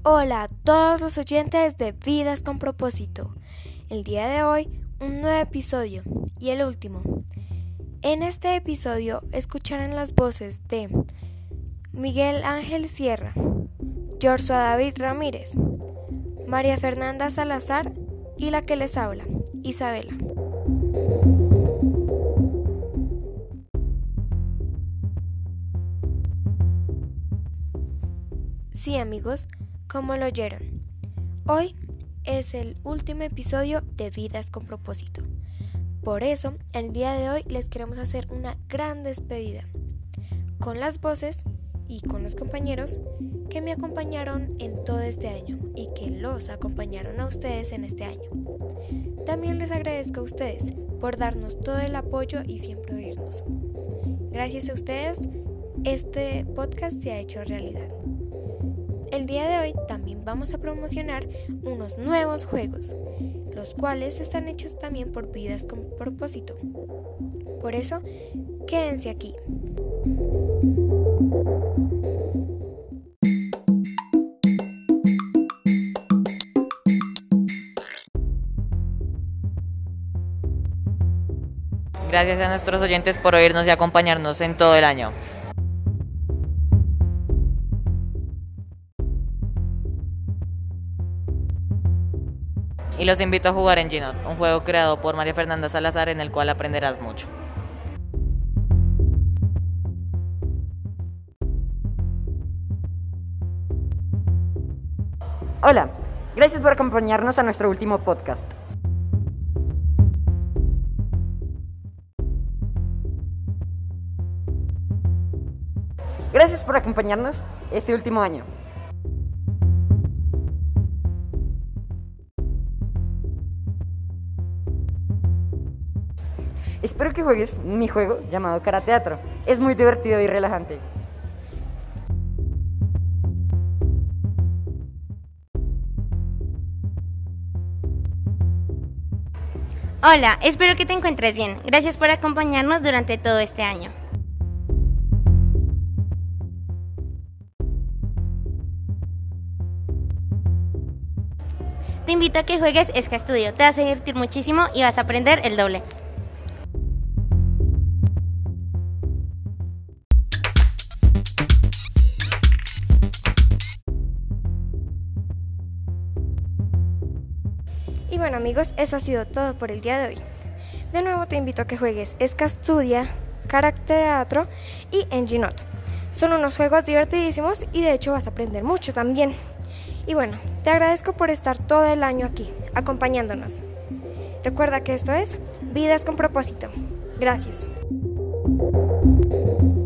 Hola a todos los oyentes de Vidas con Propósito. El día de hoy, un nuevo episodio y el último. En este episodio escucharán las voces de Miguel Ángel Sierra, Joshua David Ramírez, María Fernanda Salazar y la que les habla, Isabela. Sí, amigos, como lo oyeron, hoy es el último episodio de Vidas con Propósito. Por eso, el día de hoy les queremos hacer una gran despedida con las voces y con los compañeros que me acompañaron en todo este año y que los acompañaron a ustedes en este año. También les agradezco a ustedes por darnos todo el apoyo y siempre oírnos. Gracias a ustedes, este podcast se ha hecho realidad. El día de hoy también vamos a promocionar unos nuevos juegos, los cuales están hechos también por Vidas con Propósito. Por eso, quédense aquí. Gracias a nuestros oyentes por oírnos y acompañarnos en todo el año. Y los invito a jugar en Ginot, un juego creado por María Fernanda Salazar en el cual aprenderás mucho. Hola, gracias por acompañarnos a nuestro último podcast. Gracias por acompañarnos este último año. Espero que juegues mi juego llamado Karateatro. Es muy divertido y relajante. Hola, espero que te encuentres bien. Gracias por acompañarnos durante todo este año. Te invito a que juegues Esca Estudio. Te vas a divertir muchísimo y vas a aprender el doble. Y bueno, amigos, eso ha sido todo por el día de hoy. De nuevo te invito a que juegues Esca Estudia, Karateatro y en Ginot. Son unos juegos divertidísimos y de hecho vas a aprender mucho también. Y bueno, te agradezco por estar todo el año aquí, acompañándonos. Recuerda que esto es Vidas con Propósito. Gracias.